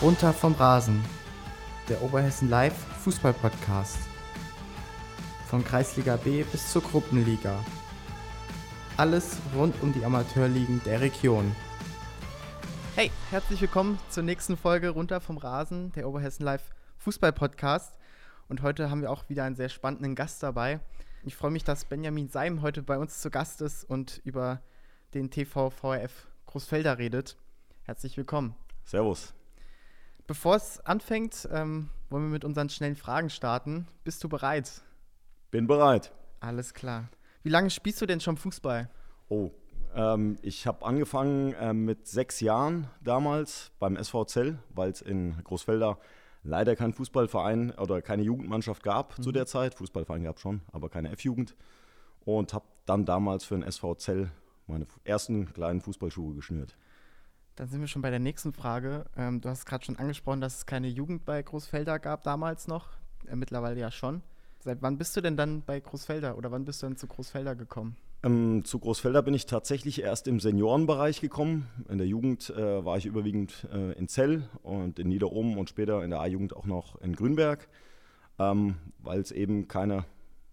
Runter vom Rasen, der Oberhessen Live Fußball-Podcast. Von Kreisliga B bis zur Gruppenliga. Alles rund um die Amateurligen der Region. Hey, herzlich willkommen zur nächsten Folge Runter vom Rasen, der Oberhessen Live Fußball-Podcast. Und heute haben wir auch wieder einen sehr spannenden Gast dabei. Ich freue mich, dass Benjamin Seim heute bei uns zu Gast ist und über den TV VRF Großfelder redet. Herzlich willkommen. Servus. Bevor es anfängt, wollen wir mit unseren schnellen Fragen starten. Bist du bereit? Bin bereit. Alles klar. Wie lange spielst du denn schon Fußball? Ich habe angefangen mit 6 Jahren damals beim SV Zell, weil es in Großfelder leider keinen Fußballverein oder keine Jugendmannschaft gab zu der Zeit. Fußballverein gab es schon, aber keine F-Jugend. Und habe dann damals für den SV Zell meine ersten kleinen Fußballschuhe geschnürt. Dann sind wir schon bei der nächsten Frage. Du hast gerade schon angesprochen, dass es keine Jugend bei Großfelder gab, damals noch. Mittlerweile ja schon. Seit wann bist du denn dann bei Großfelder oder wann bist du denn zu Großfelder gekommen? Zu Großfelder bin ich tatsächlich erst im Seniorenbereich gekommen. In der Jugend war ich überwiegend in Zell und in Niederohm und später in der A-Jugend auch noch in Grünberg, weil es eben keine,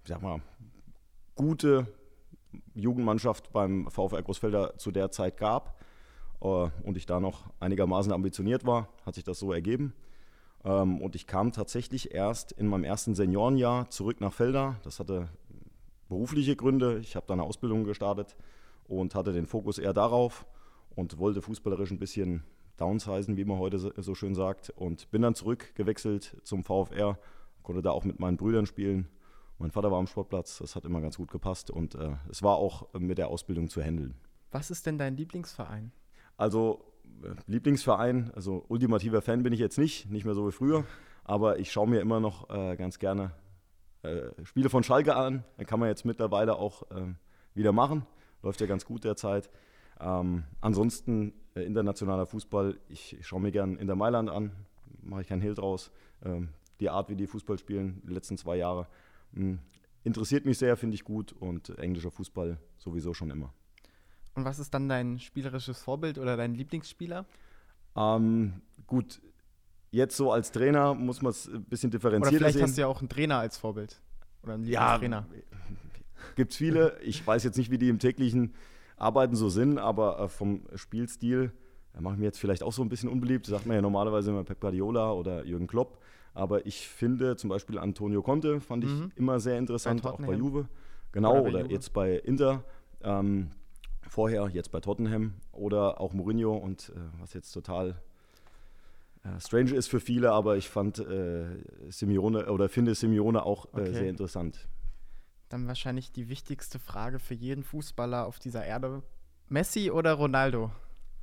gute Jugendmannschaft beim VfR Großfelder zu der Zeit gab. Und ich da noch einigermaßen ambitioniert war, hat sich das so ergeben. Und ich kam tatsächlich erst in meinem ersten Seniorenjahr zurück nach Felda. Das hatte berufliche Gründe. Ich habe da eine Ausbildung gestartet und hatte den Fokus eher darauf und wollte fußballerisch ein bisschen downsizen, wie man heute so schön sagt. Und bin dann zurückgewechselt zum VfR, konnte da auch mit meinen Brüdern spielen. Mein Vater war am Sportplatz, das hat immer ganz gut gepasst und es war auch mit der Ausbildung zu handeln. Was ist denn dein Lieblingsverein? Also Lieblingsverein, also ultimativer Fan bin ich jetzt nicht mehr so wie früher, aber ich schaue mir immer noch ganz gerne Spiele von Schalke an. Dann kann man jetzt mittlerweile auch wieder machen, läuft ja ganz gut derzeit. Ansonsten internationaler Fußball, ich schaue mir gerne Inter Mailand an, mache ich keinen Hehl draus. Die Art, wie die Fußball spielen, die letzten 2 Jahre, interessiert mich sehr, finde ich gut und englischer Fußball sowieso schon immer. Und was ist dann dein spielerisches Vorbild oder dein Lieblingsspieler? Gut, jetzt so als Trainer muss man es ein bisschen differenzierter sehen. Oder vielleicht hast du ja auch einen Trainer als Vorbild oder einen Lieblingstrainer. Ja, gibt es viele. Ich weiß jetzt nicht, wie die im täglichen Arbeiten so sind, aber vom Spielstil, da mache ich mir jetzt vielleicht auch so ein bisschen unbeliebt. Sagt man ja normalerweise immer Pep Guardiola oder Jürgen Klopp. Aber ich finde zum Beispiel Antonio Conte fand ich immer sehr interessant, auch bei Juve. Genau, oder Juve. jetzt bei Inter. Vorher, jetzt bei Tottenham oder auch Mourinho und was jetzt total strange ist für viele, aber ich fand Simeone oder finde Simeone auch sehr interessant. Dann wahrscheinlich die wichtigste Frage für jeden Fußballer auf dieser Erde. Messi oder Ronaldo?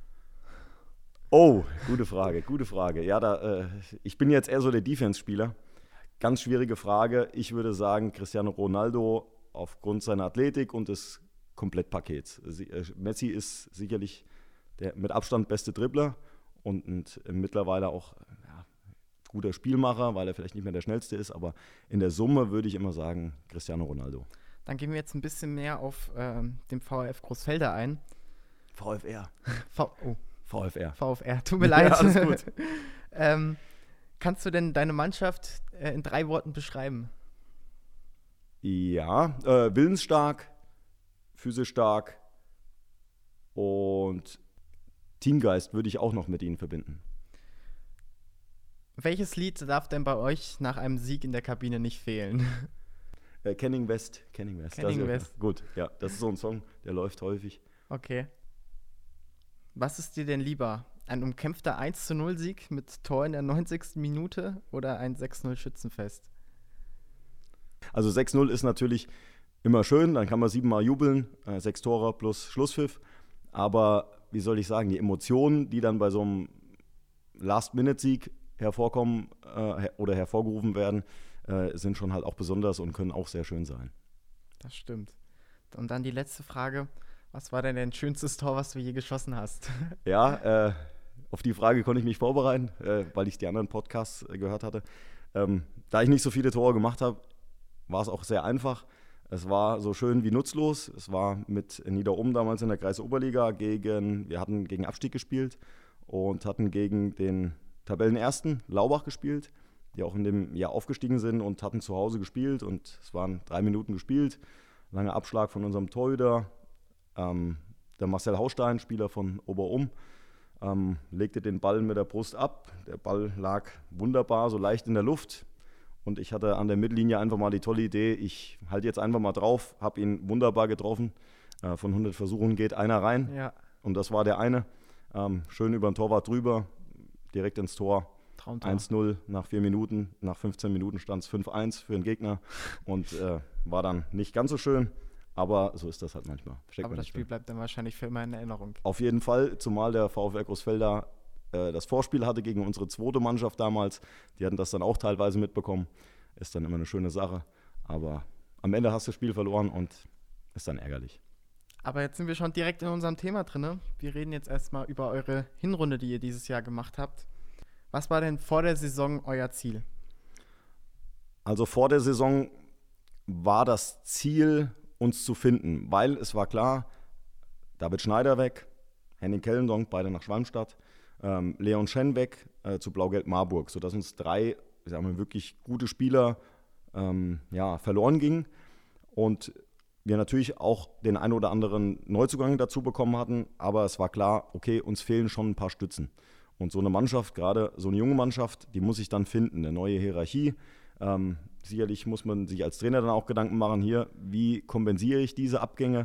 Oh, gute Frage. Ja, ich bin jetzt eher so der Defense-Spieler. Ganz schwierige Frage. Ich würde sagen, Cristiano Ronaldo aufgrund seiner Athletik und des Komplettpakets. Messi ist sicherlich der mit Abstand beste Dribbler und mittlerweile auch guter Spielmacher, weil er vielleicht nicht mehr der Schnellste ist, aber in der Summe würde ich immer sagen Cristiano Ronaldo. Dann gehen wir jetzt ein bisschen mehr auf den VfR Großfelder ein. VfR. VfR, tut mir leid. Ja, alles gut. Kannst du denn deine Mannschaft in 3 Worten beschreiben? Ja, willensstark, physisch stark und Teamgeist würde ich auch noch mit ihnen verbinden. Welches Lied darf denn bei euch nach einem Sieg in der Kabine nicht fehlen? Canning West. Canning West. Gut, ja, das ist so ein Song, der läuft häufig. Okay. Was ist dir denn lieber? Ein umkämpfter 1:0-Sieg mit Tor in der 90. Minute oder ein 6:0 Schützenfest? Also 6:0 ist natürlich immer schön, dann kann man 7-mal jubeln, 6 Tore plus Schlusspfiff. Aber wie soll ich sagen, die Emotionen, die dann bei so einem Last-Minute-Sieg hervorkommen oder hervorgerufen werden, sind schon halt auch besonders und können auch sehr schön sein. Das stimmt. Und dann die letzte Frage. Was war denn dein schönstes Tor, was du je geschossen hast? Ja, auf die Frage konnte ich mich vorbereiten, weil ich die anderen Podcasts gehört hatte. Da ich nicht so viele Tore gemacht habe, war es auch sehr einfach. Es war so schön wie nutzlos. Es war mit Niederohm damals in der Kreisoberliga wir hatten gegen Abstieg gespielt und hatten gegen den Tabellenersten Laubach gespielt, die auch in dem Jahr aufgestiegen sind und hatten zu Hause gespielt. Und es waren 3 Minuten gespielt. Langer Abschlag von unserem Torhüter. Der Marcel Haustein, Spieler von Ober-Ohm, legte den Ball mit der Brust ab. Der Ball lag wunderbar, so leicht in der Luft. Und ich hatte an der Mittellinie einfach mal die tolle Idee, ich halte jetzt einfach mal drauf, habe ihn wunderbar getroffen. Von 100 Versuchen geht einer rein. Ja. Und das war der eine. Schön über den Torwart drüber, direkt ins Tor. Traumtor. 1-0 nach 4 Minuten. Nach 15 Minuten stand es 5-1 für den Gegner. Und war dann nicht ganz so schön. Aber so ist das halt manchmal. Aber das Spiel bleibt dann wahrscheinlich für immer in Erinnerung. Auf jeden Fall, zumal der VfR Großfelder das Vorspiel hatte gegen unsere zweite Mannschaft damals. Die hatten das dann auch teilweise mitbekommen. Ist dann immer eine schöne Sache. Aber am Ende hast du das Spiel verloren und ist dann ärgerlich. Aber jetzt sind wir schon direkt in unserem Thema drin. Wir reden jetzt erstmal über eure Hinrunde, die ihr dieses Jahr gemacht habt. Was war denn vor der Saison euer Ziel? Also vor der Saison war das Ziel, uns zu finden, weil es war klar, David Schneider weg, Henning Kellendonk, beide nach Schwalmstadt, Leon Schen weg zu Blau-Gelb Marburg, sodass uns 3, sagen wir, wirklich gute Spieler verloren gingen und wir natürlich auch den einen oder anderen Neuzugang dazu bekommen hatten, aber es war klar, okay, uns fehlen schon ein paar Stützen. Und so eine Mannschaft, gerade so eine junge Mannschaft, die muss sich dann finden, eine neue Hierarchie. Sicherlich muss man sich als Trainer dann auch Gedanken machen, hier, wie kompensiere ich diese Abgänge?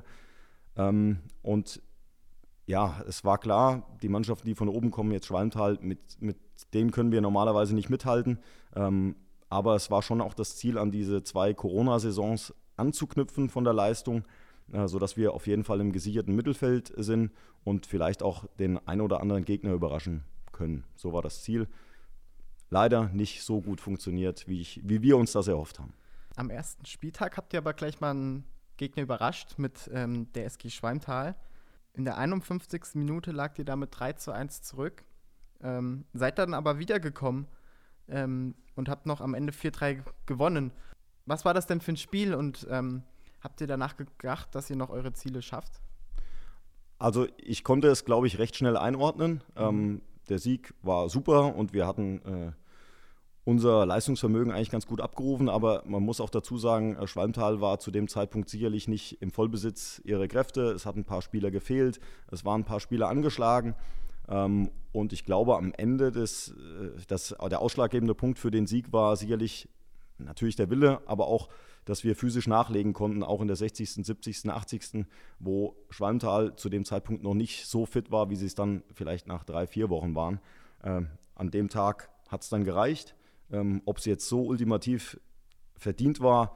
Und ja, es war klar, die Mannschaften, die von oben kommen, jetzt Schwalmtal, mit denen können wir normalerweise nicht mithalten. Aber es war schon auch das Ziel, an diese 2 Corona-Saisons anzuknüpfen von der Leistung, sodass wir auf jeden Fall im gesicherten Mittelfeld sind und vielleicht auch den ein oder anderen Gegner überraschen können. So war das Ziel. Leider nicht so gut funktioniert, wie wir uns das erhofft haben. Am ersten Spieltag habt ihr aber gleich mal einen Gegner überrascht mit der SG Schwalmtal. In der 51. Minute lagt ihr damit 3-1 zurück. Seid dann aber wiedergekommen und habt noch am Ende 4-3 gewonnen. Was war das denn für ein Spiel und habt ihr danach gedacht, dass ihr noch eure Ziele schafft? Also ich konnte es, glaube ich, recht schnell einordnen. Der Sieg war super und wir hatten unser Leistungsvermögen eigentlich ganz gut abgerufen, aber man muss auch dazu sagen, Schwalmtal war zu dem Zeitpunkt sicherlich nicht im Vollbesitz ihrer Kräfte. Es hat ein paar Spieler gefehlt, es waren ein paar Spieler angeschlagen und ich glaube am Ende der ausschlaggebende Punkt für den Sieg war sicherlich natürlich der Wille, aber auch, dass wir physisch nachlegen konnten, auch in der 60., 70., 80., wo Schwalmtal zu dem Zeitpunkt noch nicht so fit war, wie sie es dann vielleicht nach 3-4 Wochen waren. An dem Tag hat es dann gereicht. Ob es jetzt so ultimativ verdient war,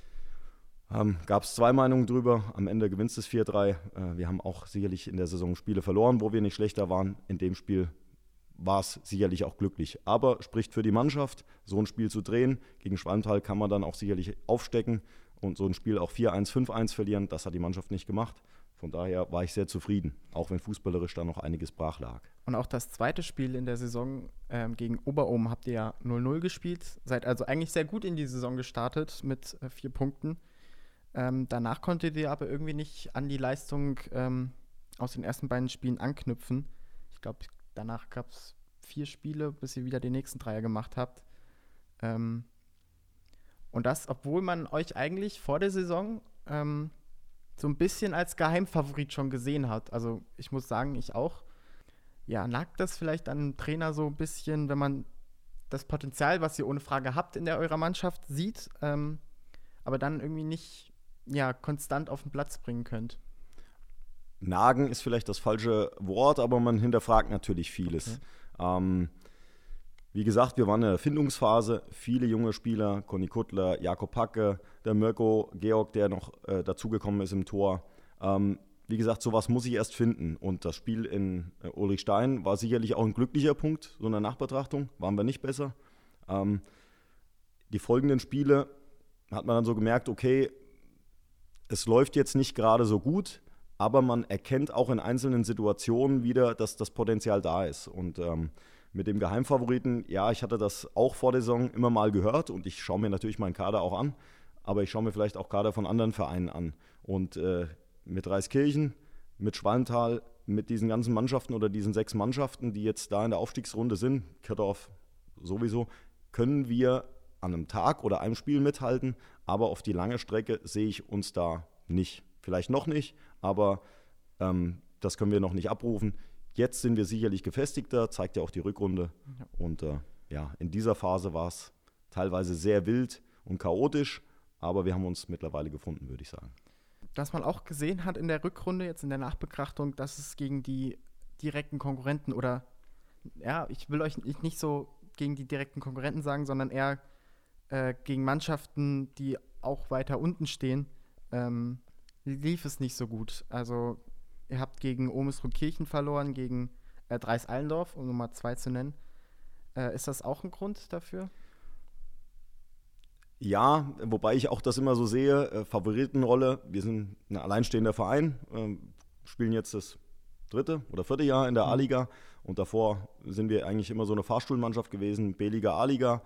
gab es 2 Meinungen drüber. Am Ende gewinnst es 4-3. Wir haben auch sicherlich in der Saison Spiele verloren, wo wir nicht schlechter waren. In dem Spiel war es sicherlich auch glücklich. Aber spricht für die Mannschaft, so ein Spiel zu drehen. Gegen Schwalmtal kann man dann auch sicherlich aufstecken und so ein Spiel auch 4-1, 5-1 verlieren. Das hat die Mannschaft nicht gemacht. Von daher war ich sehr zufrieden, auch wenn fußballerisch da noch einiges brach lag. Und auch das zweite Spiel in der Saison gegen Ober-Ohm habt ihr ja 0-0 gespielt. Seid also eigentlich sehr gut in die Saison gestartet mit 4 Punkten. Danach konntet ihr aber irgendwie nicht an die Leistung aus den ersten beiden Spielen anknüpfen. Ich glaube, danach gab es 4 Spiele, bis ihr wieder die nächsten 3 gemacht habt. Und das, obwohl man euch eigentlich vor der Saison so ein bisschen als Geheimfavorit schon gesehen hat. Also ich muss sagen, ich auch. Ja, lag das vielleicht an dem Trainer so ein bisschen, wenn man das Potenzial, was ihr ohne Frage habt in eurer Mannschaft, sieht, aber dann irgendwie nicht konstant auf den Platz bringen könnt? Nagen ist vielleicht das falsche Wort, aber man hinterfragt natürlich vieles. Okay. Wie gesagt, wir waren in der Findungsphase, viele junge Spieler, Conny Kuttler, Jakob Hacke, der Mirko Georg, der noch dazugekommen ist im Tor. Wie gesagt, sowas muss ich erst finden und das Spiel in Ulrichstein war sicherlich auch ein glücklicher Punkt, so eine Nachbetrachtung, waren wir nicht besser. Die folgenden Spiele hat man dann so gemerkt, okay, es läuft jetzt nicht gerade so gut, aber man erkennt auch in einzelnen Situationen wieder, dass das Potenzial da ist. Und mit dem Geheimfavoriten, ja, ich hatte das auch vor der Saison immer mal gehört und ich schaue mir natürlich meinen Kader auch an, aber ich schaue mir vielleicht auch Kader von anderen Vereinen an. Und mit Reiskirchen, mit Schwalmtal, mit diesen ganzen Mannschaften oder diesen 6 Mannschaften, die jetzt da in der Aufstiegsrunde sind, Kirdorf sowieso, können wir an einem Tag oder einem Spiel mithalten, aber auf die lange Strecke sehe ich uns da nicht. Vielleicht noch nicht, aber das können wir noch nicht abrufen. Jetzt sind wir sicherlich gefestigter, zeigt ja auch die Rückrunde. Ja. Und in dieser Phase war es teilweise sehr wild und chaotisch, aber wir haben uns mittlerweile gefunden, würde ich sagen. Dass man auch gesehen hat in der Rückrunde, jetzt in der Nachbetrachtung, dass es gegen die direkten Konkurrenten oder, ja, ich will euch nicht so gegen die direkten Konkurrenten sagen, sondern eher gegen Mannschaften, die auch weiter unten stehen, lief es nicht so gut. Also ihr habt gegen Ohmesruh-Kirchen verloren, gegen Dreis-Allendorf, um Nummer 2 zu nennen. Ist das auch ein Grund dafür? Ja, wobei ich auch das immer so sehe, Favoritenrolle, wir sind ein alleinstehender Verein, spielen jetzt das 3. oder 4. Jahr in der A-Liga und davor sind wir eigentlich immer so eine Fahrstuhlmannschaft gewesen, B-Liga, A-Liga.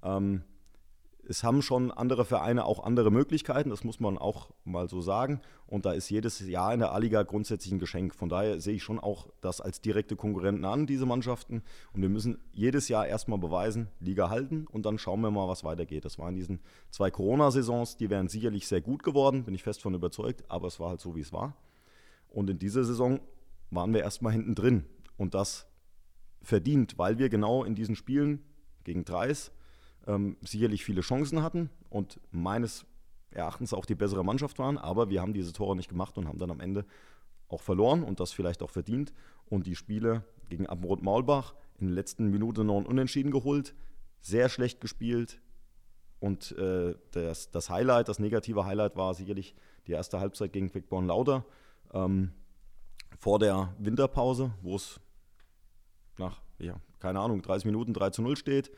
Es haben schon andere Vereine auch andere Möglichkeiten, das muss man auch mal so sagen. Und da ist jedes Jahr in der A-Liga grundsätzlich ein Geschenk. Von daher sehe ich schon auch das als direkte Konkurrenten an, diese Mannschaften. Und wir müssen jedes Jahr erstmal beweisen, Liga halten und dann schauen wir mal, was weitergeht. Das war in diesen 2 Corona-Saisons, die wären sicherlich sehr gut geworden, bin ich fest von überzeugt, aber es war halt so, wie es war. Und in dieser Saison waren wir erstmal hinten drin. Und das verdient, weil wir genau in diesen Spielen gegen Dreis sicherlich viele Chancen hatten und meines Erachtens auch die bessere Mannschaft waren, aber wir haben diese Tore nicht gemacht und haben dann am Ende auch verloren und das vielleicht auch verdient. Und die Spiele gegen Abbenrot-Maulbach in der letzten Minute noch ein Unentschieden geholt, sehr schlecht gespielt und das Highlight, das negative Highlight war sicherlich die erste Halbzeit gegen Quickborn-Lauter vor der Winterpause, wo es nach, keine Ahnung, 30 Minuten 3:0 steht.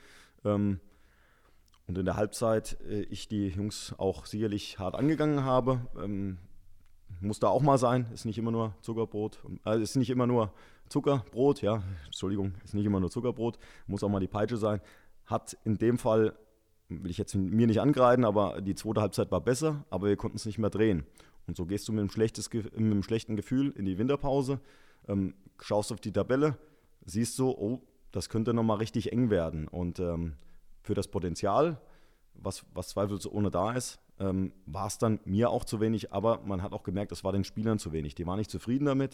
Und in der Halbzeit ich die Jungs auch sicherlich hart angegangen habe. Muss da auch mal sein, ist nicht immer nur Zuckerbrot, ist nicht immer nur Zuckerbrot, ja, Entschuldigung, ist nicht immer nur Zuckerbrot, muss auch mal die Peitsche sein. Hat in dem Fall, will ich jetzt mir nicht angreifen, aber die zweite Halbzeit war besser, aber wir konnten es nicht mehr drehen. Und so gehst du mit einem schlechten Gefühl in die Winterpause, schaust auf die Tabelle, siehst so, oh, das könnte nochmal richtig eng werden. Und für das Potenzial, was zweifelsohne da ist, war es dann mir auch zu wenig, aber man hat auch gemerkt, es war den Spielern zu wenig. Die waren nicht zufrieden damit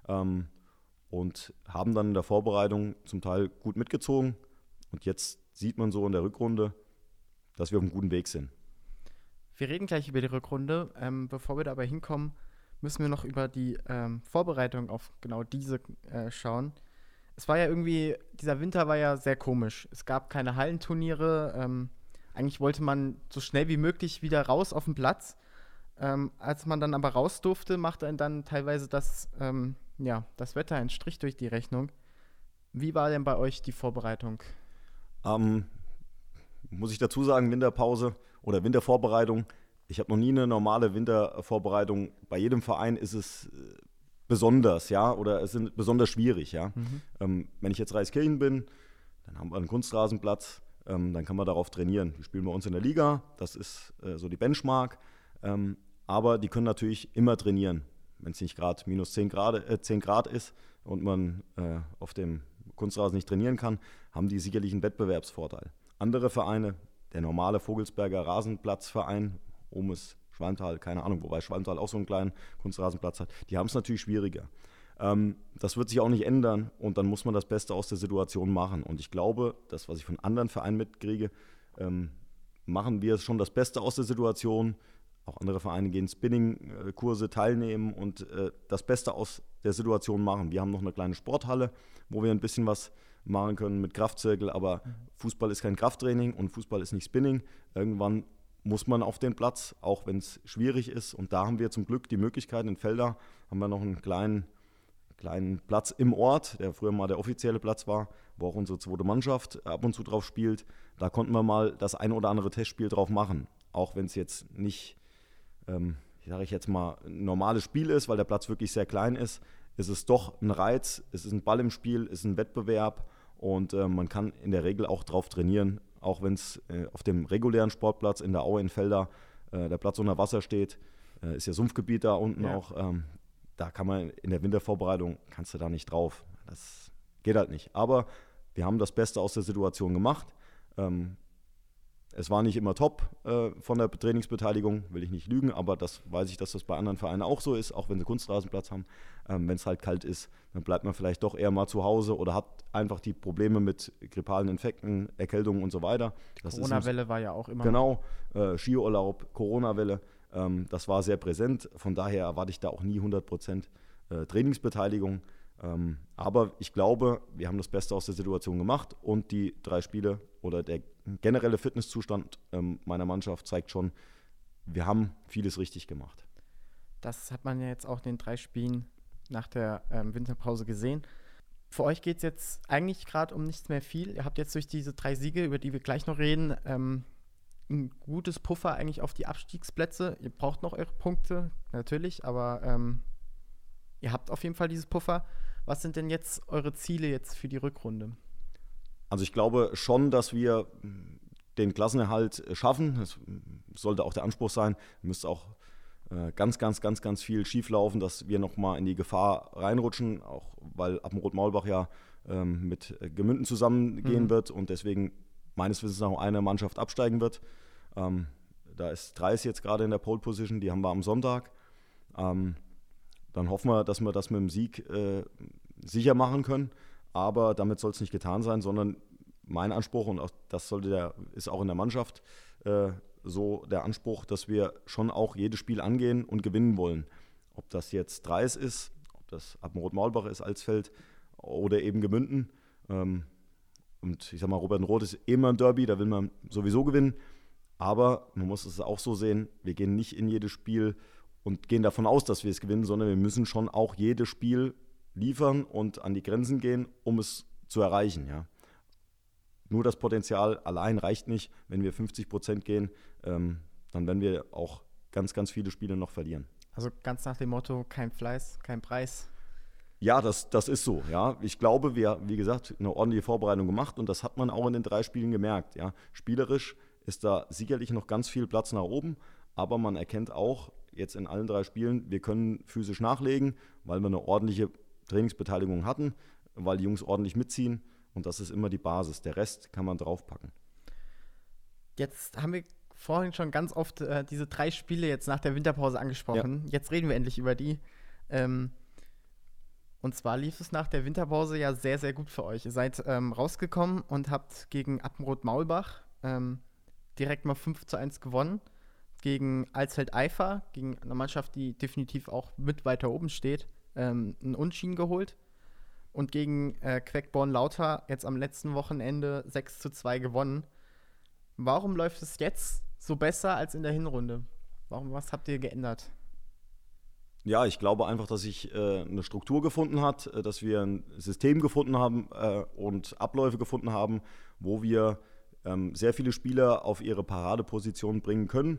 und haben dann in der Vorbereitung zum Teil gut mitgezogen. Und jetzt sieht man so in der Rückrunde, dass wir auf einem guten Weg sind. Wir reden gleich über die Rückrunde. Bevor wir dabei hinkommen, müssen wir noch über die Vorbereitung auf genau diese schauen. Es war ja irgendwie, dieser Winter war ja sehr komisch. Es gab keine Hallenturniere. Eigentlich wollte man so schnell wie möglich wieder raus auf den Platz. Als man dann aber raus durfte, machte einen dann teilweise das Wetter einen Strich durch die Rechnung. Wie war denn bei euch die Vorbereitung? Muss ich dazu sagen, Winterpause oder Wintervorbereitung. Ich habe noch nie eine normale Wintervorbereitung. Bei jedem Verein ist es besonders, ja, oder es ist besonders schwierig, ja. Wenn ich jetzt Reiskirchen bin, dann haben wir einen Kunstrasenplatz, dann kann man darauf trainieren. Die spielen bei uns in der Liga, das ist so die Benchmark, aber die können natürlich immer trainieren. Wenn es nicht gerade minus 10 Grad ist und man auf dem Kunstrasen nicht trainieren kann, haben die sicherlich einen Wettbewerbsvorteil. Andere Vereine, der normale Vogelsberger Rasenplatzverein, Ohmes, Schwalmtal, keine Ahnung, wobei Schwalmtal auch so einen kleinen Kunstrasenplatz hat, die haben es natürlich schwieriger. Das wird sich auch nicht ändern und dann muss man das Beste aus der Situation machen. Und ich glaube, das, was ich von anderen Vereinen mitkriege, machen wir schon das Beste aus der Situation. Auch andere Vereine gehen Spinning-Kurse teilnehmen und das Beste aus der Situation machen. Wir haben noch eine kleine Sporthalle, wo wir ein bisschen was machen können mit Kraftzirkel, aber Fußball ist kein Krafttraining und Fußball ist nicht Spinning. Irgendwann muss man auf den Platz, auch wenn es schwierig ist. Und da haben wir zum Glück die Möglichkeit, in Felda haben wir noch einen kleinen Platz im Ort, der früher mal der offizielle Platz war, wo auch unsere zweite Mannschaft ab und zu drauf spielt. Da konnten wir mal das ein oder andere Testspiel drauf machen. Auch wenn es jetzt nicht, sage ich jetzt mal, ein normales Spiel ist, weil der Platz wirklich sehr klein ist es doch ein Reiz, es ist ein Ball im Spiel, es ist ein Wettbewerb und man kann in der Regel auch drauf trainieren, auch wenn es auf dem regulären Sportplatz in der Aue in Felda der Platz unter Wasser steht, ist ja Sumpfgebiet da unten auch. da kann man in der Wintervorbereitung, kannst du da nicht drauf. Das geht halt nicht. Aber wir haben das Beste aus der Situation gemacht. Es war nicht immer top von der Trainingsbeteiligung, will ich nicht lügen, aber das weiß ich, dass das bei anderen Vereinen auch so ist, auch wenn sie Kunstrasenplatz haben. Wenn es halt kalt ist, dann bleibt man vielleicht doch eher mal zu Hause oder hat einfach die Probleme mit grippalen Infekten, Erkältungen und so weiter. Die Corona-Welle war ja auch immer. Genau, Skiurlaub, Corona-Welle, das war sehr präsent. Von daher erwarte ich da auch nie 100% Trainingsbeteiligung. Aber ich glaube, wir haben das Beste aus der Situation gemacht und die 3 Spiele oder der generelle Fitnesszustand meiner Mannschaft zeigt schon, wir haben vieles richtig gemacht. Das hat man ja jetzt auch in den 3 Spielen nach der Winterpause gesehen. Für euch geht es jetzt eigentlich gerade um nichts mehr viel. Ihr habt jetzt durch diese 3 Siege, über die wir gleich noch reden, ein gutes Puffer eigentlich auf die Abstiegsplätze. Ihr braucht noch eure Punkte, natürlich, aber ihr habt auf jeden Fall dieses Puffer. Was sind denn jetzt eure Ziele jetzt für die Rückrunde? Also ich glaube schon, dass wir den Klassenerhalt schaffen. Das sollte auch der Anspruch sein. Müsste auch ganz viel schief laufen, dass wir nochmal in die Gefahr reinrutschen, auch weil Appenrode-Maulbach ja mit Gemünden zusammengehen wird und deswegen meines Wissens noch eine Mannschaft absteigen wird. Da ist Dreis jetzt gerade in der Pole Position, die haben wir am Sonntag. Dann hoffen wir, dass wir das mit dem Sieg sicher machen können. Aber damit soll es nicht getan sein, sondern mein Anspruch, und auch das ist auch in der Mannschaft so der Anspruch, dass wir schon auch jedes Spiel angehen und gewinnen wollen. Ob das jetzt Dreis ist, ob das Appenrode-Maulbach ist, Alsfeld oder eben Gemünden. Und ich sag mal, Robert-Roth ist immer ein Derby, da will man sowieso gewinnen. Aber man muss es auch so sehen, wir gehen nicht in jedes Spiel und gehen davon aus, dass wir es gewinnen, sondern wir müssen schon auch jedes Spiel liefern und an die Grenzen gehen, um es zu erreichen. Ja. Nur das Potenzial allein reicht nicht. Wenn wir 50% gehen, dann werden wir auch ganz viele Spiele noch verlieren. Also ganz nach dem Motto, kein Fleiß, kein Preis. Ja, das ist so. Ja. Ich glaube, wir, wie gesagt, eine ordentliche Vorbereitung gemacht und das hat man auch in den 3 Spielen gemerkt. Ja. Spielerisch ist da sicherlich noch ganz viel Platz nach oben, aber man erkennt auch jetzt in allen 3 Spielen, wir können physisch nachlegen, weil wir eine ordentliche Trainingsbeteiligung hatten, weil die Jungs ordentlich mitziehen und das ist immer die Basis. Der Rest kann man draufpacken. Jetzt haben wir vorhin schon ganz oft diese 3 Spiele jetzt nach der Winterpause angesprochen. Ja. Jetzt reden wir endlich über die. Und zwar lief es nach der Winterpause ja sehr, sehr gut für euch. Ihr seid rausgekommen und habt gegen Appenrode-Maulbach direkt mal 5:1 gewonnen. Gegen Alsfeld-Eifer, gegen eine Mannschaft, die definitiv auch mit weiter oben steht, einen Unentschieden geholt. Und gegen Queckborn-Lauter jetzt am letzten Wochenende 6:2 gewonnen. Warum läuft es jetzt so besser als in der Hinrunde? Was habt ihr geändert? Ja, ich glaube einfach, dass sich eine Struktur gefunden hat, dass wir ein System gefunden haben und Abläufe gefunden haben, wo wir sehr viele Spieler auf ihre Paradeposition bringen können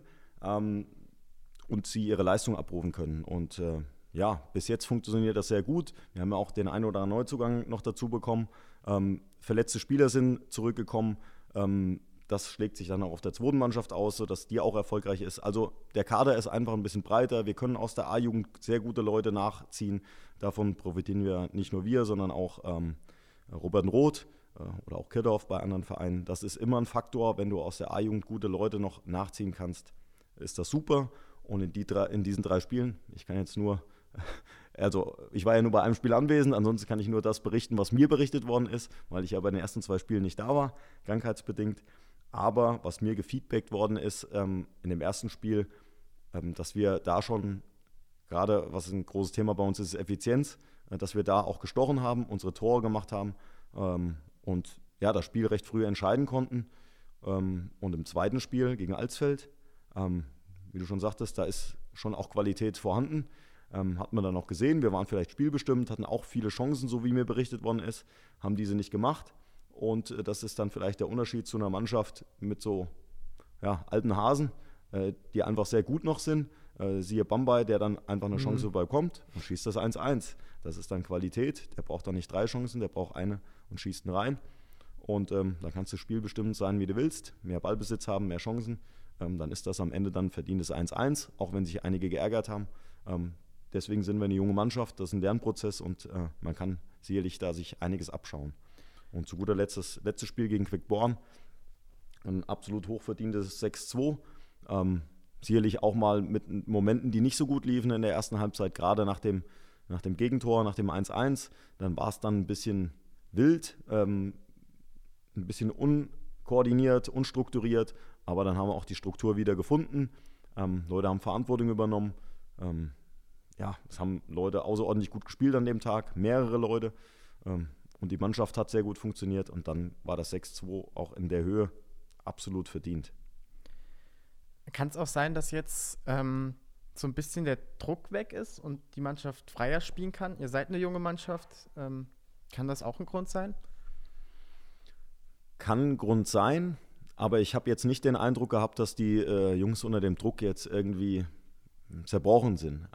und sie ihre Leistung abrufen können. Und ja, bis jetzt funktioniert das sehr gut. Wir haben ja auch den einen oder anderen Neuzugang noch dazu bekommen. Verletzte Spieler sind zurückgekommen. Das schlägt sich dann auch auf der 2. Mannschaft aus, sodass die auch erfolgreich ist. Also der Kader ist einfach ein bisschen breiter. Wir können aus der A-Jugend sehr gute Leute nachziehen. Davon profitieren wir nicht nur wir, sondern auch Robert Roth oder auch Kirdorf bei anderen Vereinen. Das ist immer ein Faktor, wenn du aus der A-Jugend gute Leute noch nachziehen kannst, ist das super. Und in diesen 3 Spielen, ich kann jetzt nur, also ich war ja nur bei einem Spiel anwesend, ansonsten kann ich nur das berichten, was mir berichtet worden ist, weil ich ja bei den ersten 2 Spielen nicht da war, krankheitsbedingt. Aber was mir gefeedbackt worden ist in dem ersten Spiel, dass wir da schon, gerade was ein großes Thema bei uns ist, Effizienz, dass wir da auch gestochen haben, unsere Tore gemacht haben und ja, das Spiel recht früh entscheiden konnten. Und im zweiten Spiel gegen Alsfeld, wie du schon sagtest, da ist schon auch Qualität vorhanden. Hat man dann auch gesehen, wir waren vielleicht spielbestimmt, hatten auch viele Chancen, so wie mir berichtet worden ist, haben diese nicht gemacht. Und das ist dann vielleicht der Unterschied zu einer Mannschaft mit so alten Hasen, die einfach sehr gut noch sind. Siehe Bambay, der dann einfach eine Chance bekommt und schießt das 1:1. Das ist dann Qualität. Der braucht dann nicht 3 Chancen, der braucht eine und schießt ihn rein. Und dann kannst du spielbestimmt sein, wie du willst. Mehr Ballbesitz haben, mehr Chancen. Dann ist das am Ende dann verdientes 1:1, auch wenn sich einige geärgert haben. deswegen sind wir eine junge Mannschaft, das ist ein Lernprozess und man kann sicherlich da sich einiges abschauen. Und zu guter Letzt das letzte Spiel gegen Quickborn, ein absolut hochverdientes 6-2. Sicherlich auch mal mit Momenten, die nicht so gut liefen in der ersten Halbzeit, gerade nach dem Gegentor, nach dem 1-1. Dann war es dann ein bisschen wild, ein bisschen unkoordiniert, unstrukturiert, aber dann haben wir auch die Struktur wieder gefunden. Leute haben Verantwortung übernommen. Es haben Leute außerordentlich gut gespielt an dem Tag, mehrere Leute. Und die Mannschaft hat sehr gut funktioniert und dann war das 6-2 auch in der Höhe absolut verdient. Kann es auch sein, dass jetzt so ein bisschen der Druck weg ist und die Mannschaft freier spielen kann? Ihr seid eine junge Mannschaft. Kann das auch ein Grund sein? Kann ein Grund sein, aber ich habe jetzt nicht den Eindruck gehabt, dass die Jungs unter dem Druck jetzt irgendwie zerbrochen sind.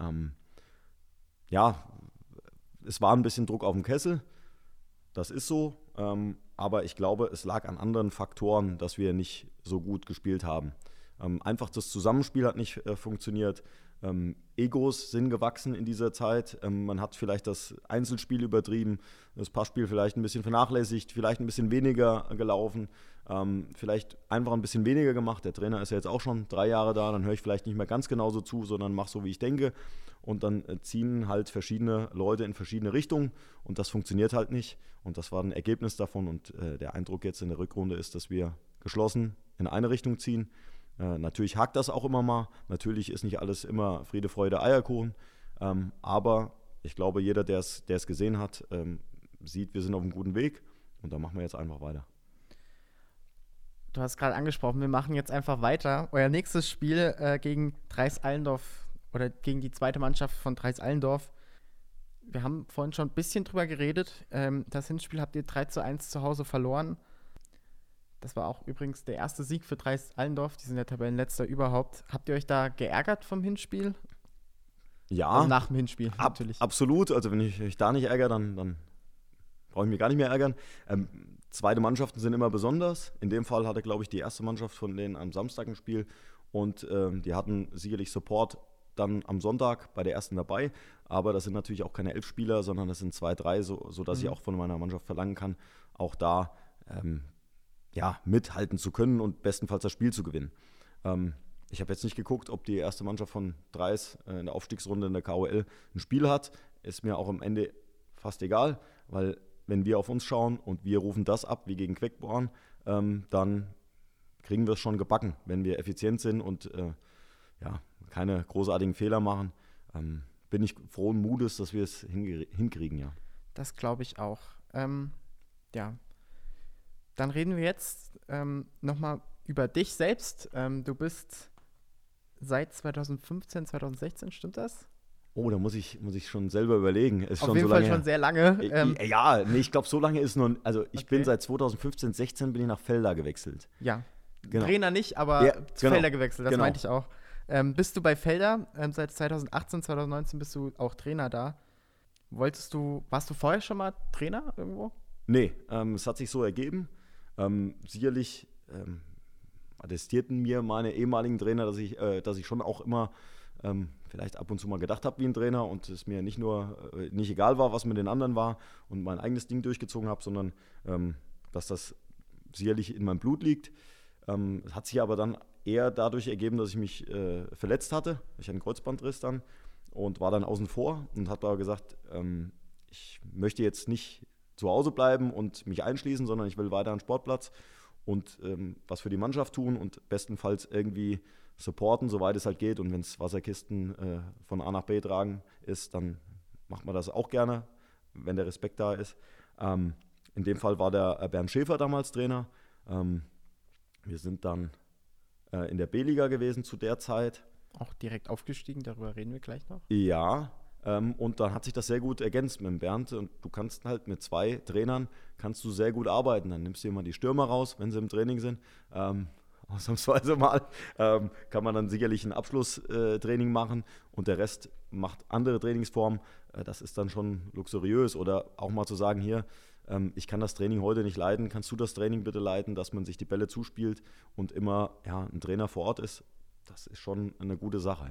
Es war ein bisschen Druck auf dem Kessel, das ist so, aber ich glaube, es lag an anderen Faktoren, dass wir nicht so gut gespielt haben. Einfach das Zusammenspiel hat nicht funktioniert. Egos sind gewachsen in dieser Zeit. Man hat vielleicht das Einzelspiel übertrieben, das Passspiel vielleicht ein bisschen vernachlässigt, vielleicht ein bisschen weniger gelaufen, vielleicht einfach ein bisschen weniger gemacht. Der Trainer ist ja jetzt auch schon 3 Jahre da, dann höre ich vielleicht nicht mehr ganz genauso zu, sondern mache so, wie ich denke. Und dann ziehen halt verschiedene Leute in verschiedene Richtungen und das funktioniert halt nicht. Und das war ein Ergebnis davon und der Eindruck jetzt in der Rückrunde ist, dass wir geschlossen in eine Richtung ziehen. Natürlich hakt das auch immer mal. Natürlich ist nicht alles immer Friede, Freude, Eierkuchen. Aber ich glaube, jeder, der es gesehen hat, sieht, wir sind auf einem guten Weg. Und da machen wir jetzt einfach weiter. Du hast gerade angesprochen, wir machen jetzt einfach weiter. Euer nächstes Spiel gegen Dreis-Allendorf oder gegen die zweite Mannschaft von Dreis-Allendorf. Wir haben vorhin schon ein bisschen drüber geredet. Das Hinspiel habt ihr 3-1 zu Hause verloren. Das war auch übrigens der erste Sieg für Dreis-Allendorf. Die sind der Tabellenletzter überhaupt. Habt ihr euch da geärgert vom Hinspiel? Ja. Also nach dem Hinspiel natürlich. Absolut. Also wenn ich mich da nicht ärgere, dann brauche ich mich gar nicht mehr ärgern. Zweite Mannschaften sind immer besonders. In dem Fall hatte, glaube ich, die erste Mannschaft von denen am Samstag ein Spiel. Und die hatten sicherlich Support dann am Sonntag bei der ersten dabei. Aber das sind natürlich auch keine 11 Spieler, sondern das sind 2, 3, sodass ich auch von meiner Mannschaft verlangen kann, auch da mithalten zu können und bestenfalls das Spiel zu gewinnen. Ich habe jetzt nicht geguckt, ob die erste Mannschaft von Dreis in der Aufstiegsrunde in der KOL ein Spiel hat. Ist mir auch am Ende fast egal, weil wenn wir auf uns schauen und wir rufen das ab wie gegen Quickborn, dann kriegen wir es schon gebacken, wenn wir effizient sind und keine großartigen Fehler machen. Bin ich frohen Mutes, dass wir es hinkriegen, ja. Das glaube ich auch. Dann reden wir jetzt nochmal über dich selbst. Du bist seit 2015, 2016, stimmt das? Oh, da muss ich schon selber überlegen. Ist Auf schon jeden so Fall lange schon sehr lange. Ich glaube, so lange ist noch. Also ich bin seit 2015, 16 bin ich nach Velda gewechselt. Ja, genau. Trainer nicht, aber zu Velda gewechselt, das genau. meinte ich auch. Bist du bei Velda? Seit 2018, 2019 bist du auch Trainer da. Warst du vorher schon mal Trainer irgendwo? Nee, es hat sich so ergeben. Sicherlich attestierten mir meine ehemaligen Trainer, dass ich schon auch immer vielleicht ab und zu mal gedacht habe wie ein Trainer und es mir nicht egal war, was mit den anderen war und mein eigenes Ding durchgezogen habe, sondern dass das sicherlich in meinem Blut liegt. Es hat sich aber dann eher dadurch ergeben, dass ich mich verletzt hatte. Ich hatte einen Kreuzbandriss dann und war dann außen vor und habe da gesagt, ich möchte jetzt nicht zu Hause bleiben und mich einschließen, sondern ich will weiter an den Sportplatz und was für die Mannschaft tun und bestenfalls irgendwie supporten, soweit es halt geht. Und wenn es Wasserkisten von A nach B tragen ist, dann macht man das auch gerne, wenn der Respekt da ist. In dem Fall war der Bernd Schäfer damals Trainer. Wir sind dann in der B-Liga gewesen zu der Zeit. Auch direkt aufgestiegen, darüber reden wir gleich noch. Ja, und dann hat sich das sehr gut ergänzt mit dem Bernd. Und du kannst halt mit 2 Trainern kannst du sehr gut arbeiten. Dann nimmst du immer die Stürmer raus, wenn sie im Training sind. Ausnahmsweise mal kann man dann sicherlich ein Abschlusstraining machen und der Rest macht andere Trainingsformen. Das ist dann schon luxuriös. Oder auch mal zu sagen, hier, ich kann das Training heute nicht leiten, kannst du das Training bitte leiten, dass man sich die Bälle zuspielt und immer ein Trainer vor Ort ist. Das ist schon eine gute Sache, ja.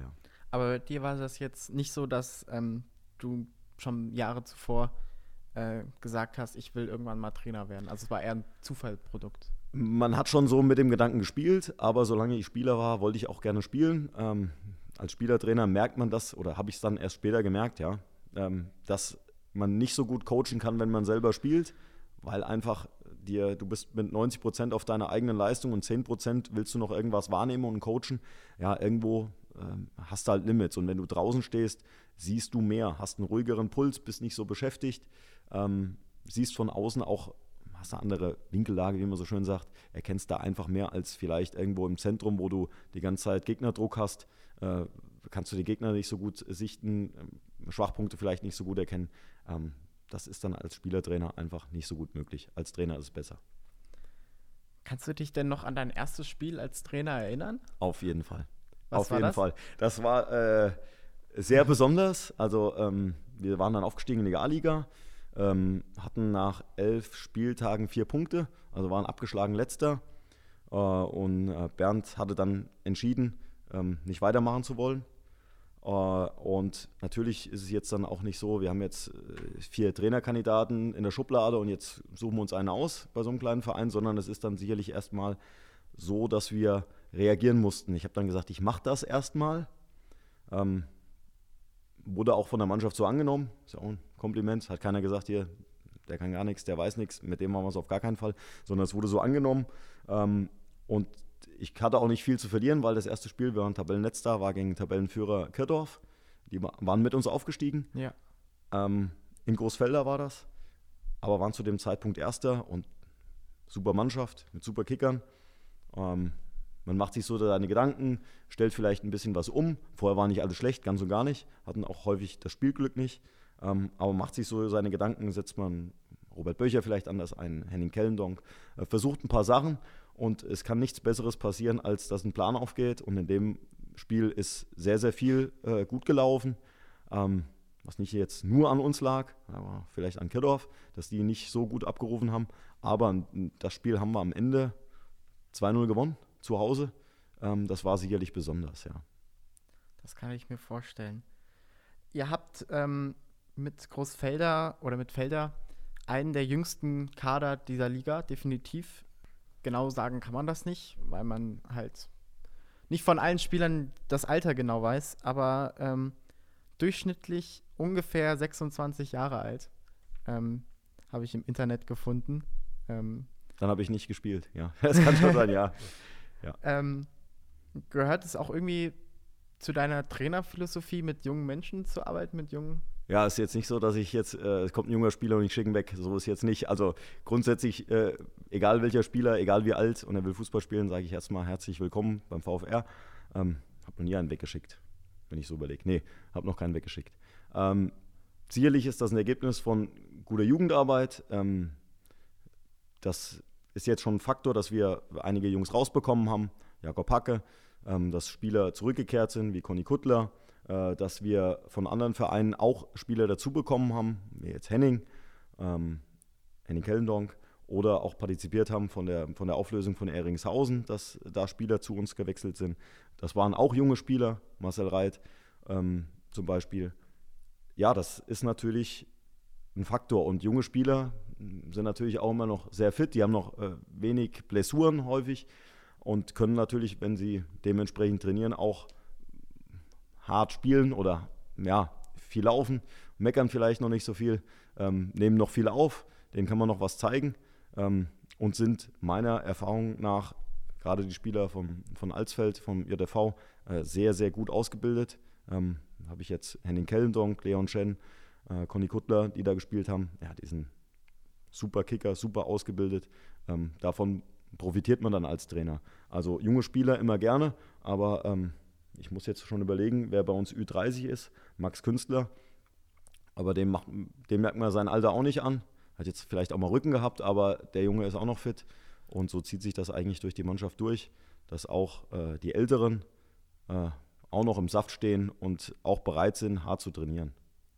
Aber bei dir war das jetzt nicht so, dass du schon Jahre zuvor gesagt hast, ich will irgendwann mal Trainer werden. Also es war eher ein Zufallsprodukt. Man hat schon so mit dem Gedanken gespielt, aber solange ich Spieler war, wollte ich auch gerne spielen. Als Spielertrainer merkt man das, oder habe ich es dann erst später gemerkt, ja, dass man nicht so gut coachen kann, wenn man selber spielt, weil einfach du bist mit 90% auf deiner eigenen Leistung und 10% willst du noch irgendwas wahrnehmen und coachen. Ja, irgendwo hast du halt Limits. Und wenn du draußen stehst, siehst du mehr, hast einen ruhigeren Puls, bist nicht so beschäftigt, siehst von außen auch, hast eine andere Winkellage, wie man so schön sagt, erkennst da einfach mehr als vielleicht irgendwo im Zentrum, wo du die ganze Zeit Gegnerdruck hast, kannst du die Gegner nicht so gut sichten, Schwachpunkte vielleicht nicht so gut erkennen. Das ist dann als Spielertrainer einfach nicht so gut möglich. Als Trainer ist es besser. Kannst du dich denn noch an dein erstes Spiel als Trainer erinnern? Auf jeden Fall. Was war das? Fall. Das war sehr besonders. Also wir waren dann aufgestiegen in die A-Liga, hatten nach 11 Spieltagen 4 Punkte, also waren abgeschlagen Letzter. Und Bernd hatte dann entschieden, nicht weitermachen zu wollen. Und natürlich ist es jetzt dann auch nicht so, wir haben jetzt 4 Trainerkandidaten in der Schublade und jetzt suchen wir uns einen aus bei so einem kleinen Verein, sondern es ist dann sicherlich erstmal so, dass wir reagieren mussten. Ich habe dann gesagt, ich mache das erstmal. Wurde auch von der Mannschaft so angenommen, ist ja auch ein Kompliment, hat keiner gesagt, hier, der kann gar nichts, der weiß nichts, mit dem machen wir es auf gar keinen Fall, sondern es wurde so angenommen. Und ich hatte auch nicht viel zu verlieren, weil das erste Spiel, wir waren Tabellenletzter, war gegen Tabellenführer Kirdorf. Die waren mit uns aufgestiegen. Ja. In Großfelder war das. Aber waren zu dem Zeitpunkt Erster und super Mannschaft mit super Kickern. Man macht sich so seine Gedanken, stellt vielleicht ein bisschen was um. Vorher war nicht alles schlecht, ganz und gar nicht. Hatten auch häufig das Spielglück nicht. Aber macht sich so seine Gedanken, setzt man Robert Böcher vielleicht anders ein, Henning Kellendonk, versucht ein paar Sachen. Und es kann nichts Besseres passieren, als dass ein Plan aufgeht. Und in dem Spiel ist sehr, sehr viel gut gelaufen. Was nicht jetzt nur an uns lag, aber vielleicht an Kirdorf, dass die nicht so gut abgerufen haben. Aber das Spiel haben wir am Ende 2-0 gewonnen, zu Hause. Das war sicherlich besonders, ja. Das kann ich mir vorstellen. Ihr habt mit Großfelder oder mit Felder einen der jüngsten Kader dieser Liga, definitiv. Genau sagen kann man das nicht, weil man halt nicht von allen Spielern das Alter genau weiß, aber durchschnittlich ungefähr 26 Jahre alt, habe ich im Internet gefunden. Dann habe ich nicht gespielt, ja. Das kann schon sein, ja. Gehört es auch irgendwie zu deiner Trainerphilosophie, mit jungen Menschen zu arbeiten, mit jungen? Ja, ist jetzt nicht so, dass ich jetzt, es kommt ein junger Spieler und ich schicke ihn weg. So ist jetzt nicht. Also grundsätzlich, egal welcher Spieler, egal wie alt und er will Fußball spielen, sage ich erstmal herzlich willkommen beim VfR. Habe noch nie einen weggeschickt, wenn ich so überlege. Nee, habe noch keinen weggeschickt. Sicherlich ist das ein Ergebnis von guter Jugendarbeit. Das ist jetzt schon ein Faktor, dass wir einige Jungs rausbekommen haben. Jakob Hacke, dass Spieler zurückgekehrt sind, wie Conny Kuttler. Dass wir von anderen Vereinen auch Spieler dazu bekommen haben, wie jetzt Henning Kellendonk, oder auch partizipiert haben von der Auflösung von Ehringshausen, dass da Spieler zu uns gewechselt sind. Das waren auch junge Spieler, Marcel Reit zum Beispiel. Ja, das ist natürlich ein Faktor. Und junge Spieler sind natürlich auch immer noch sehr fit, die haben noch wenig Blessuren häufig und können natürlich, wenn sie dementsprechend trainieren, auch hart spielen oder ja, viel laufen, meckern vielleicht noch nicht so viel, nehmen noch viel auf, denen kann man noch was zeigen und sind meiner Erfahrung nach, gerade die Spieler von Alsfeld, vom JV, sehr, sehr gut ausgebildet. Habe ich jetzt Henning Kellendonk, Leon Schen, Conny Kuttler, die da gespielt haben. Ja, die sind super Kicker, super ausgebildet. Davon profitiert man dann als Trainer. Also junge Spieler immer gerne, aber ich muss jetzt schon überlegen, wer bei uns Ü30 ist. Max Künstler. Aber dem merkt man sein Alter auch nicht an. Hat jetzt vielleicht auch mal Rücken gehabt, aber der Junge ist auch noch fit. Und so zieht sich das eigentlich durch die Mannschaft durch, dass auch die Älteren auch noch im Saft stehen und auch bereit sind, hart zu trainieren.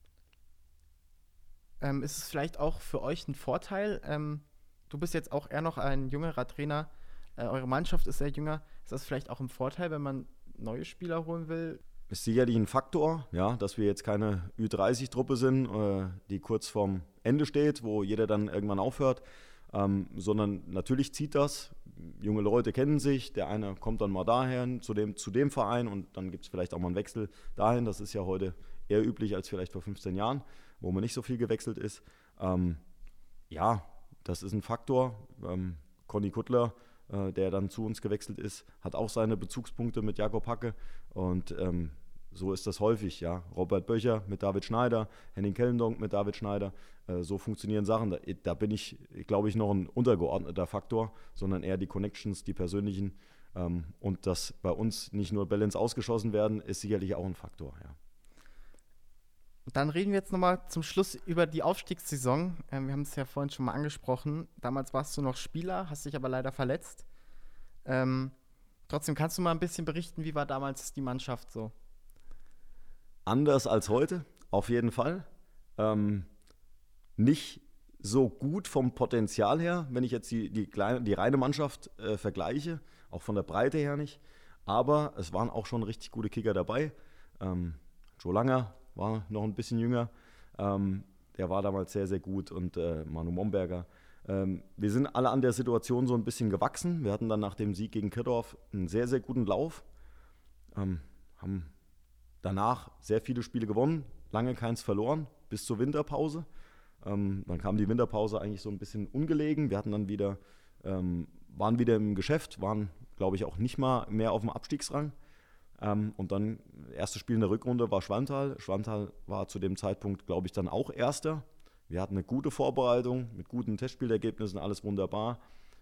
Ist es vielleicht auch für euch ein Vorteil? Du bist jetzt auch eher noch ein jüngerer Trainer. Eure Mannschaft ist sehr jünger. Ist das vielleicht auch ein Vorteil, wenn man neue Spieler holen will? ist sicherlich ein Faktor, ja, dass wir jetzt keine Ü30-Truppe sind, die kurz vorm Ende steht, wo jeder dann irgendwann aufhört, sondern natürlich zieht das. Junge Leute kennen sich, der eine kommt dann mal dahin, zu dem Verein und dann gibt es vielleicht auch mal einen Wechsel dahin. Das ist ja heute eher üblich als vielleicht vor 15 Jahren, wo man nicht so viel gewechselt ist. Ja, das ist ein Faktor. Conny Kuttler, der dann zu uns gewechselt ist, hat auch seine Bezugspunkte mit Jakob Hacke und so ist das häufig, ja. Robert Böcher mit David Schneider, Henning Kellendonk mit David Schneider, so funktionieren Sachen. Da bin ich, glaube ich, noch ein untergeordneter Faktor, sondern eher die Connections, die persönlichen. Und dass bei uns nicht nur Bälle ins Ausgeschossen werden, ist sicherlich auch ein Faktor, ja. Dann reden wir jetzt nochmal zum Schluss über die Aufstiegssaison. Wir haben es ja vorhin schon mal angesprochen. Damals warst du noch Spieler, hast dich aber leider verletzt. Trotzdem kannst du mal ein bisschen berichten, wie war damals die Mannschaft so? Anders als heute, auf jeden Fall. Nicht so gut vom Potenzial her, wenn ich jetzt die reine Mannschaft vergleiche, auch von der Breite her nicht. Aber es waren auch schon richtig gute Kicker dabei. Joe Langer war noch ein bisschen jünger. Der war damals sehr, sehr gut und Manu Momberger. Wir sind alle an der Situation so ein bisschen gewachsen. Wir hatten dann nach dem Sieg gegen Kirdorf einen sehr, sehr guten Lauf. Haben danach sehr viele Spiele gewonnen, lange keins verloren, bis zur Winterpause. Dann kam die Winterpause eigentlich so ein bisschen ungelegen. Wir hatten dann waren wieder im Geschäft, waren, glaube ich, auch nicht mal mehr auf dem Abstiegsrang. Und dann, erstes Spiel in der Rückrunde war Schwalmtal. Schwalmtal war zu dem Zeitpunkt, glaube ich, dann auch Erster. Wir hatten eine gute Vorbereitung mit guten Testspielergebnissen, alles wunderbar.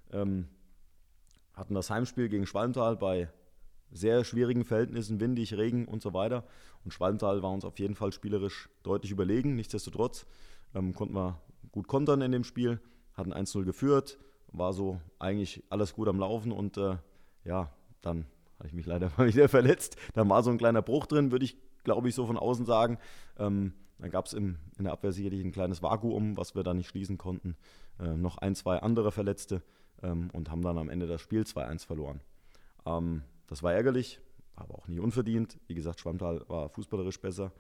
Hatten das Heimspiel gegen Schwalmtal bei sehr schwierigen Verhältnissen, windig, Regen und so weiter. Und Schwalmtal war uns auf jeden Fall spielerisch deutlich überlegen. Nichtsdestotrotz konnten wir gut kontern in dem Spiel, hatten 1-0 geführt, war so eigentlich alles gut am Laufen und dann habe ich mich leider mal wieder verletzt. Da war so ein kleiner Bruch drin, würde ich, glaube ich, so von außen sagen. Dann gab es in der Abwehr sicherlich ein kleines Vakuum, was wir da nicht schließen konnten. Noch 1, 2 andere Verletzte und haben dann am Ende das Spiel 2-1 verloren. Das war ärgerlich, aber auch nicht unverdient. Wie gesagt, Schwalmtal war fußballerisch besser.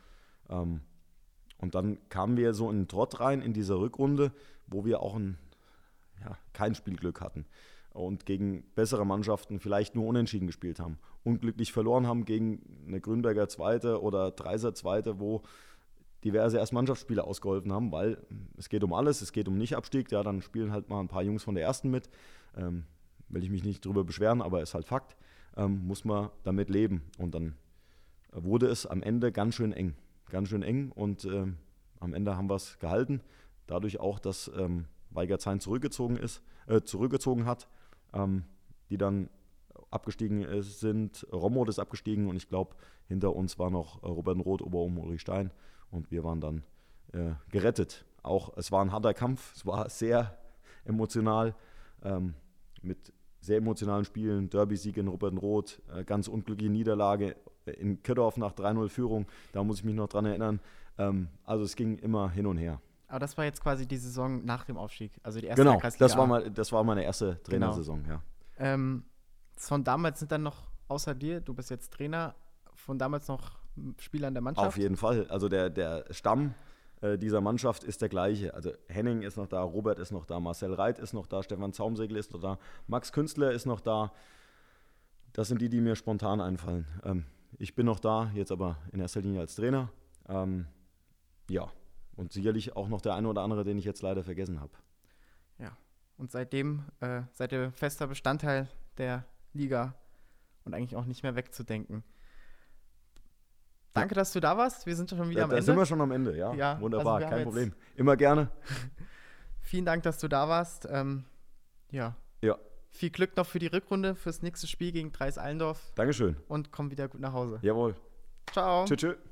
Und dann kamen wir so in einen Trott rein in dieser Rückrunde, wo wir auch kein Spielglück hatten und gegen bessere Mannschaften vielleicht nur unentschieden gespielt haben. Unglücklich verloren haben gegen eine Grünberger Zweite oder Dreiser Zweite, wo diverse Erstmannschaftsspieler ausgeholfen haben, weil es geht um alles, es geht um Nicht-Abstieg. Ja, dann spielen halt mal ein paar Jungs von der Ersten mit. Will ich mich nicht drüber beschweren, aber ist halt Fakt. Muss man damit leben. Und dann wurde es am Ende ganz schön eng und am Ende haben wir es gehalten. Dadurch auch, dass Weigertshain zurückgezogen hat, die dann abgestiegen sind. Romrod ist abgestiegen und ich glaube, hinter uns war noch Robert Oberum, Ulrich Stein und wir waren dann gerettet. Auch es war ein harter Kampf, es war sehr emotional, mit sehr emotionalen Spielen, Derby-Sieg in Ruppertenroth, ganz unglückliche Niederlage in Kirdorf nach 3-0 Führung, da muss ich mich noch dran erinnern. Also es ging immer hin und her. Aber das war jetzt quasi die Saison nach dem Aufstieg, also die erste Genau, Kreisliga. das war meine erste Trainersaison, genau. Ja. Von damals sind dann noch, außer dir, du bist jetzt Trainer, von damals noch Spieler in der Mannschaft? Auf jeden Fall, also der Stamm dieser Mannschaft ist der gleiche. Also Henning ist noch da, Robert ist noch da, Marcel Reit ist noch da, Stefan Zaumsegel ist noch da, Max Künstler ist noch da. Das sind die mir spontan einfallen. Ich bin noch da, jetzt aber in erster Linie als Trainer. Und sicherlich auch noch der eine oder andere, den ich jetzt leider vergessen habe. Ja, und seitdem seid ihr fester Bestandteil der Liga und eigentlich auch nicht mehr wegzudenken. Danke, dass du da warst. Wir sind schon wieder am Ende. Da sind wir schon am Ende, ja. Ja, wunderbar, also kein Problem. Immer gerne. Vielen Dank, dass du da warst. Ja. Viel Glück noch für die Rückrunde, fürs nächste Spiel gegen Treis Allendorf. Dankeschön. Und komm wieder gut nach Hause. Jawohl. Ciao. Tschüss.